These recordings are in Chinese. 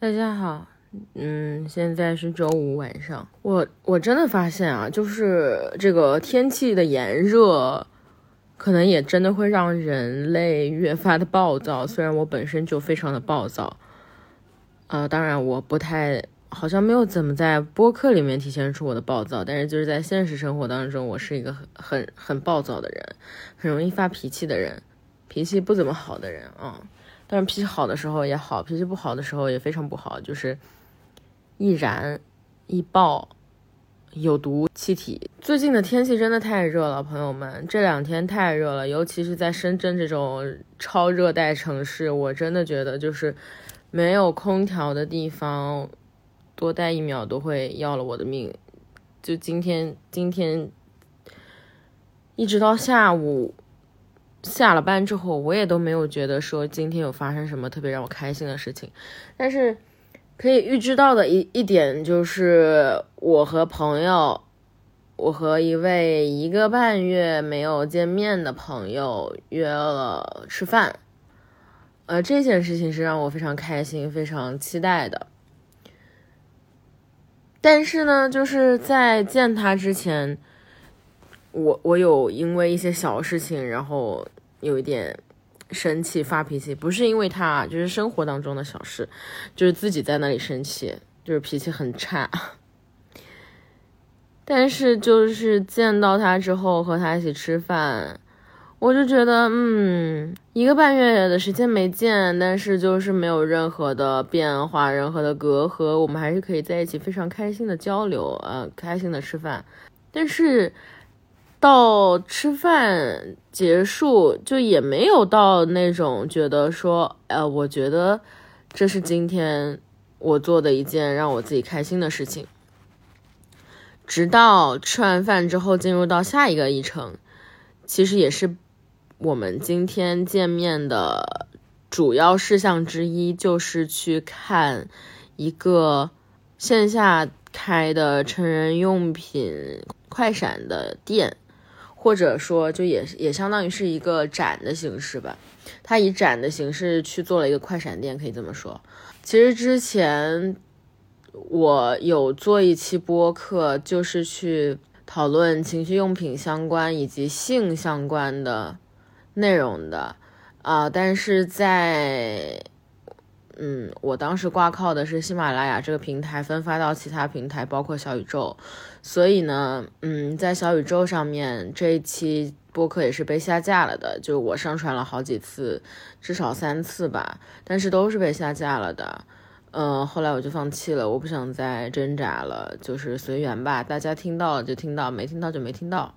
大家好，现在是周五晚上。我真的发现啊，就是这个天气的炎热，可能也真的会让人类越发的暴躁。虽然我本身就非常的暴躁，当然我好像没有怎么在播客里面体现出我的暴躁，但是就是在现实生活当中，我是一个很暴躁的人，很容易发脾气的人，脾气不怎么好的人啊。但是脾气好的时候也好，脾气不好的时候也非常不好，就是易燃、易爆、有毒气体。最近的天气真的太热了，朋友们，这2天太热了，尤其是在深圳这种超热带城市，我真的觉得就是没有空调的地方，多待1秒都会要了我的命。就今天一直到下午下了班之后，我也都没有觉得说今天有发生什么特别让我开心的事情。但是可以预知到的一点就是，我和一位1个半月没有见面的朋友约了吃饭。这件事情是让我非常开心、非常期待的。但是呢，就是在见他之前，我有因为一些小事情，然后有一点生气发脾气，不是因为他，就是生活当中的小事，就是自己在那里生气，就是脾气很差。但是就是见到他之后和他一起吃饭，我就觉得1个半月的时间没见，但是就是没有任何的变化，任何的隔阂，我们还是可以在一起非常开心的交流，开心的吃饭。但是到吃饭结束就也没有到那种觉得说我觉得这是今天我做的一件让我自己开心的事情。直到吃完饭之后进入到下一个议程，其实也是我们今天见面的主要事项之一，就是去看一个线下开的成人用品快闪的店，或者说就也相当于是一个展的形式吧，它以展的形式去做了一个快闪店，可以这么说。其实之前我有做一期播客，就是去讨论情趣用品相关以及性相关的内容的但是在我当时挂靠的是喜马拉雅这个平台，分发到其他平台包括小宇宙，所以呢在小宇宙上面这一期播客也是被下架了的，就我上传了好几次，至少3次吧，但是都是被下架了的。后来我就放弃了，我不想再挣扎了，就是随缘吧，大家听到了就听到，没听到就没听到。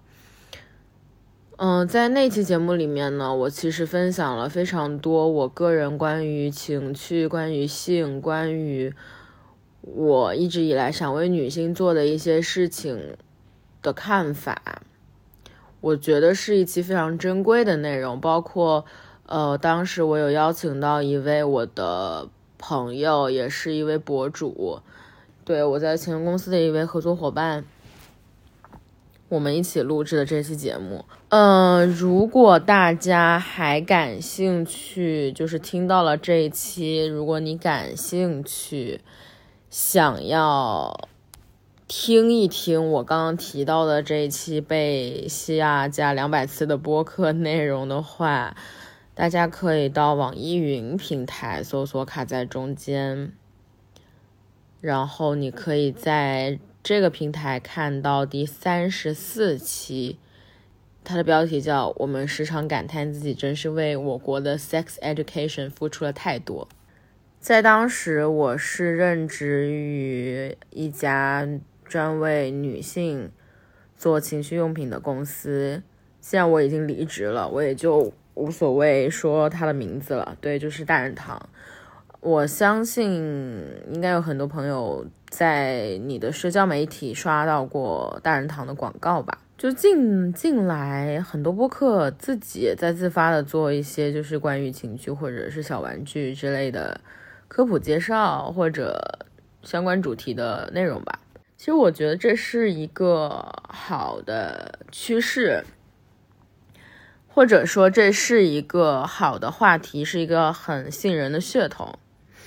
在那期节目里面呢，我其实分享了非常多我个人关于情趣、关于性、关于我一直以来想为女性做的一些事情的看法。我觉得是一期非常珍贵的内容，包括当时我有邀请到一位我的朋友，也是一位博主，对，我在前公司的一位合作伙伴，我们一起录制的这期节目。如果大家还感兴趣，就是听到了这一期，如果你感兴趣，想要听一听我刚刚提到的这一期被下架200次的播客内容的话，大家可以到网易云平台搜索卡在中间，然后你可以在这个平台看到第34期，它的标题叫我们时常感叹自己真是为我国的 sex education 付出了太多。在当时我是任职于一家专为女性做情趣用品的公司，现在我已经离职了，我也就无所谓说它的名字了，对，就是大人堂。我相信应该有很多朋友在你的社交媒体刷到过大人堂的广告吧。就近来很多播客自己也在自发的做一些就是关于情趣或者是小玩具之类的科普介绍或者相关主题的内容吧。其实我觉得这是一个好的趋势，或者说这是一个好的话题，是一个很吸引人的噱头。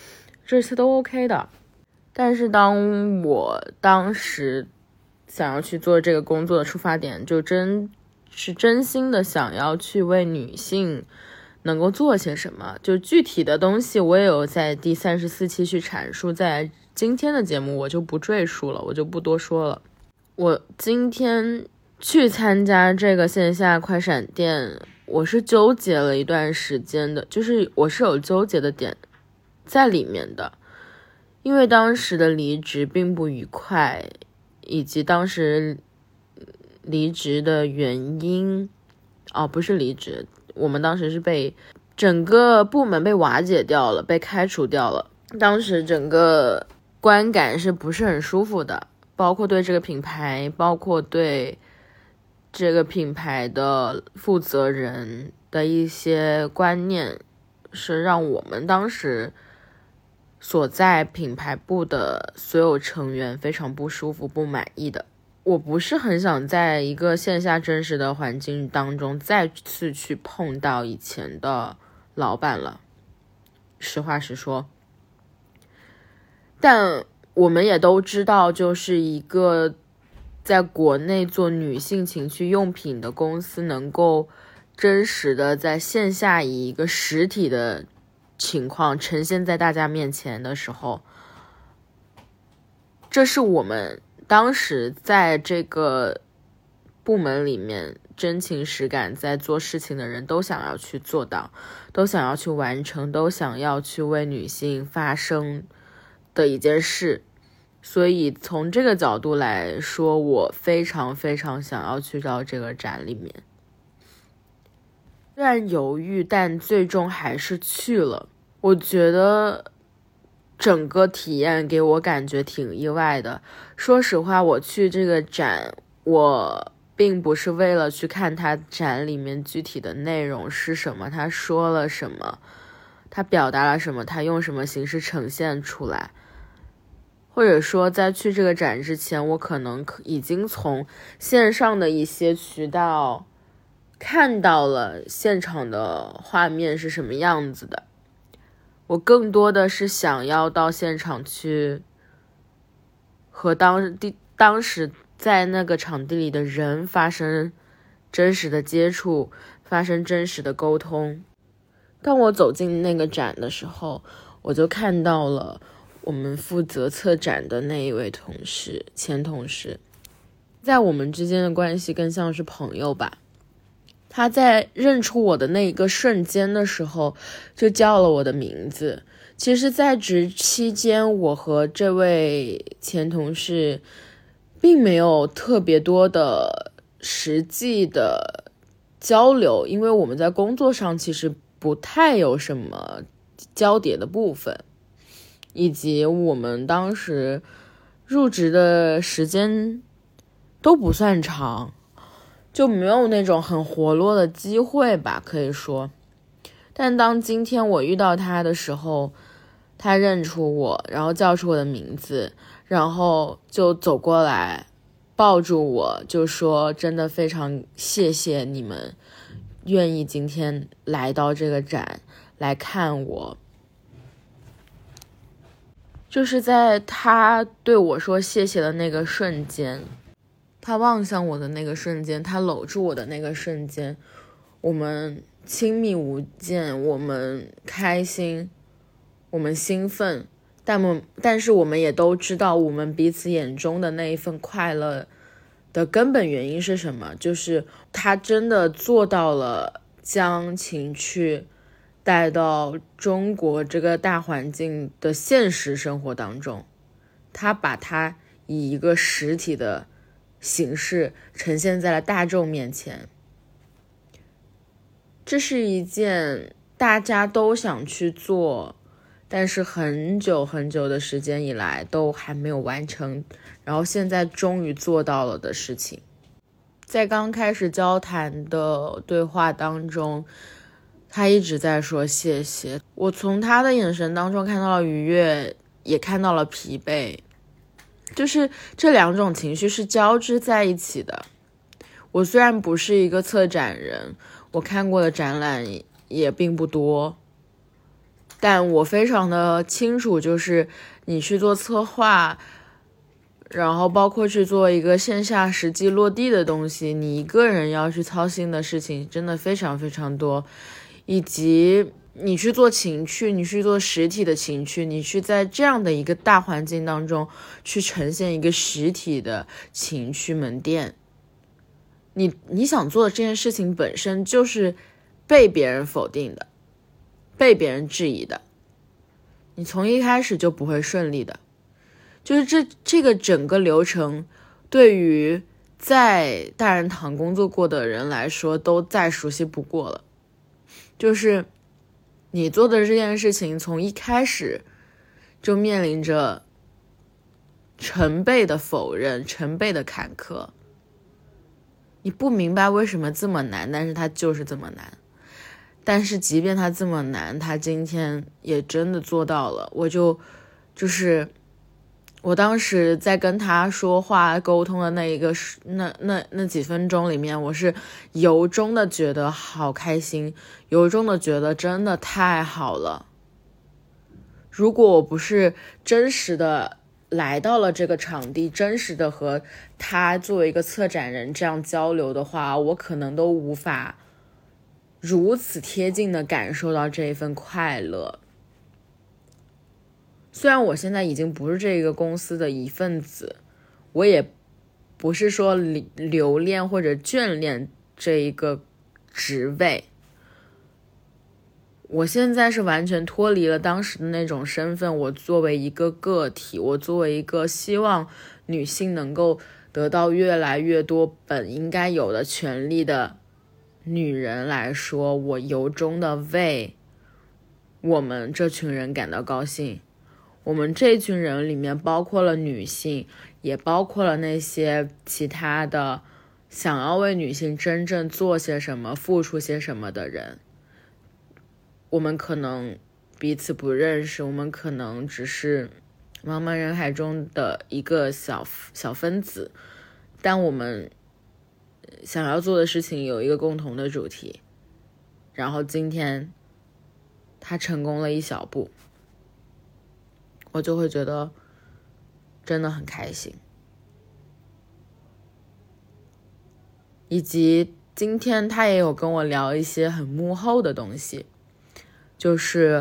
这些都 OK 的。但是当我当时想要去做这个工作的出发点，就真心的想要去为女性能够做些什么，就具体的东西我也有在第34期去阐述，在今天的节目我就不赘述了，我就不多说了。我今天去参加这个线下快闪店，我是纠结了一段时间的，就是我是有纠结的点在里面的，因为当时的离职并不愉快，以及当时离职的原因，不是离职，我们当时是被整个部门被瓦解掉了，被开除掉了。当时整个观感是不是很舒服的，包括对这个品牌，包括对这个品牌的负责人的一些观念，是让我们当时所在品牌部的所有成员非常不舒服、不满意的。我不是很想在一个线下真实的环境当中再次去碰到以前的老板了，实话实说。但我们也都知道，就是一个在国内做女性情趣用品的公司，能够真实的在线下以一个实体的情况呈现在大家面前的时候，这是我们当时在这个部门里面真情实感在做事情的人都想要去做到，都想要去完成，都想要去为女性发声的一件事。所以从这个角度来说，我非常非常想要去到这个展里面。虽然犹豫，但最终还是去了。我觉得整个体验给我感觉挺意外的。说实话，我去这个展，我并不是为了去看它展里面具体的内容是什么，他说了什么，他表达了什么，他用什么形式呈现出来。或者说在去这个展之前，我可能已经从线上的一些渠道看到了现场的画面是什么样子的。我更多的是想要到现场去和当时在那个场地里的人发生真实的接触，发生真实的沟通。当我走进那个展的时候，我就看到了我们负责策展的那一位前同事，在我们之间的关系更像是朋友吧。他在认出我的那一个瞬间的时候，就叫了我的名字。其实在职期间，我和这位前同事并没有特别多的实际的交流，因为我们在工作上其实不太有什么交叠的部分，以及我们当时入职的时间都不算长，就没有那种很活络的机会吧，可以说。但当今天我遇到他的时候，他认出我，然后叫出我的名字，然后就走过来抱住我，就说真的非常谢谢你们愿意今天来到这个展来看我。就是在他对我说谢谢的那个瞬间，他望向我的那个瞬间，他搂住我的那个瞬间，我们亲密无间，我们开心，我们兴奋，但是我们也都知道我们彼此眼中的那一份快乐的根本原因是什么，就是他真的做到了将情趣带到中国这个大环境的现实生活当中，他把它以一个实体的形式呈现在了大众面前。这是一件大家都想去做，但是很久很久的时间以来都还没有完成，然后现在终于做到了的事情。在刚开始交谈的对话当中，他一直在说谢谢，我从他的眼神当中看到了愉悦，也看到了疲惫，就是这两种情绪是交织在一起的。我虽然不是一个策展人，我看过的展览也并不多， 但我非常的清楚，就是你去做策划，然后包括去做一个线下实际落地的东西，你一个人要去操心的事情真的非常非常多，以及你去做情趣，你去做实体的情趣，你去在这样的一个大环境当中去呈现一个实体的情趣门店，你想做的这件事情本身就是被别人否定的，被别人质疑的，你从一开始就不会顺利的。就是这个整个流程对于在大人堂工作过的人来说都再熟悉不过了。就是你做的这件事情从一开始就面临着成倍的否认，成倍的坎坷。你不明白为什么这么难，但是它就是这么难。但是即便它这么难，它今天也真的做到了。就是我当时在跟他说话沟通的那几分钟里面，我是由衷的觉得好开心，由衷的觉得真的太好了。如果我不是真实的来到了这个场地，真实的和他作为一个策展人这样交流的话，我可能都无法如此贴近的感受到这一份快乐。虽然我现在已经不是这个公司的一份子，我也不是说留恋或者眷恋这一个职位，我现在是完全脱离了当时的那种身份，我作为一个个体，我作为一个希望女性能够得到越来越多本应该有的权利的女人来说，我由衷的为我们这群人感到高兴。我们这群人里面包括了女性，也包括了那些其他的想要为女性真正做些什么、付出些什么的人。我们可能彼此不认识，我们可能只是茫茫人海中的一个小分子，但我们想要做的事情有一个共同的主题，然后今天他成功了一小步，我就会觉得真的很开心。以及今天他也有跟我聊一些很幕后的东西，就是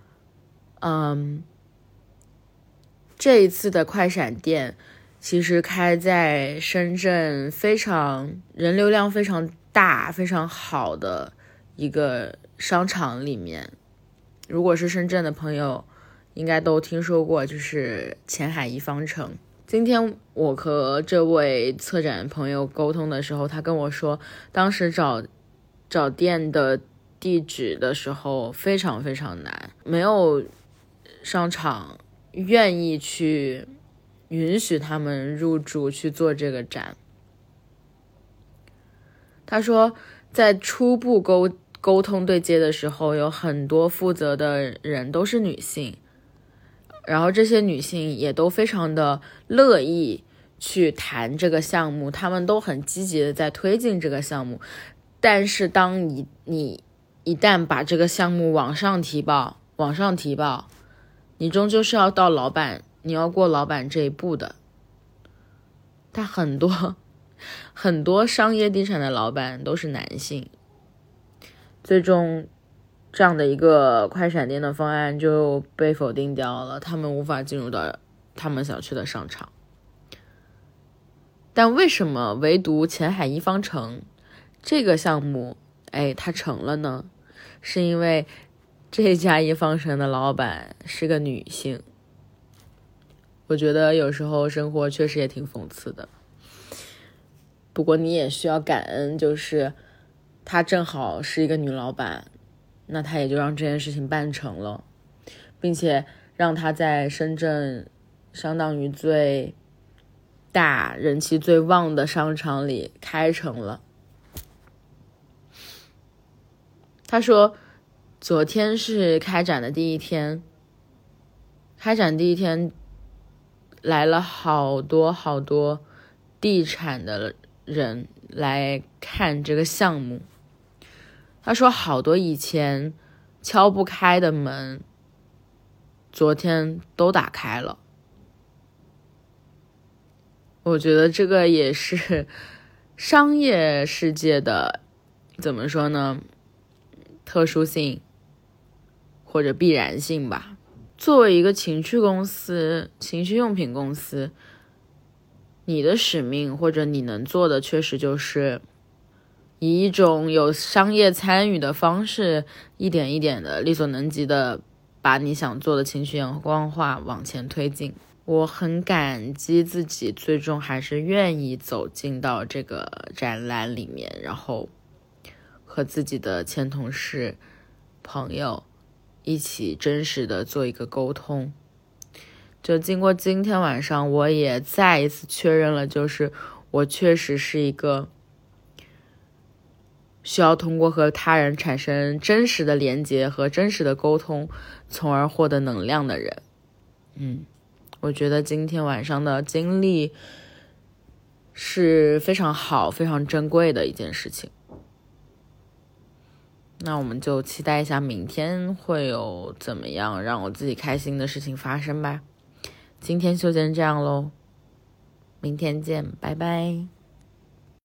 这一次的快闪店其实开在深圳非常人流量非常大非常好的一个商场里面，如果是深圳的朋友应该都听说过，就是前海一方城。今天我和这位策展朋友沟通的时候，他跟我说当时找店的地址的时候非常非常难，没有商场愿意去允许他们入驻去做这个展。他说在初步沟通对接的时候，有很多负责的人都是女性，然后这些女性也都非常的乐意去谈这个项目，她们都很积极的在推进这个项目。但是当你一旦把这个项目往上提报，你终究是要到老板，你要过老板这一步的。但很多商业地产的老板都是男性，最终这样的一个快闪店的方案就被否定掉了，他们无法进入到他们想去的商场。但为什么唯独前海一方城这个项目它成了呢？是因为这家一方城的老板是个女性。我觉得有时候生活确实也挺讽刺的，不过你也需要感恩，就是她正好是一个女老板，那她也就让这件事情办成了，并且让她在深圳相当于最大人气最旺的商场里开成了。他说昨天是开展第一天来了好多地产的人来看这个项目。他说好多以前敲不开的门昨天都打开了。我觉得这个也是商业世界的，怎么说呢，特殊性或者必然性吧。作为一个情趣公司、情趣用品公司，你的使命或者你能做的确实就是以一种有商业参与的方式，一点一点的力所能及的把你想做的情绪阳光化往前推进。我很感激自己最终还是愿意走进到这个展览里面，然后和自己的前同事朋友一起真实的做一个沟通。就经过今天晚上，我也再一次确认了，就是我确实是一个需要通过和他人产生真实的连接和真实的沟通，从而获得能量的人。我觉得今天晚上的经历是非常好、非常珍贵的一件事情。那我们就期待一下明天会有怎么样让我自己开心的事情发生吧。今天就先这样咯，明天见，拜拜。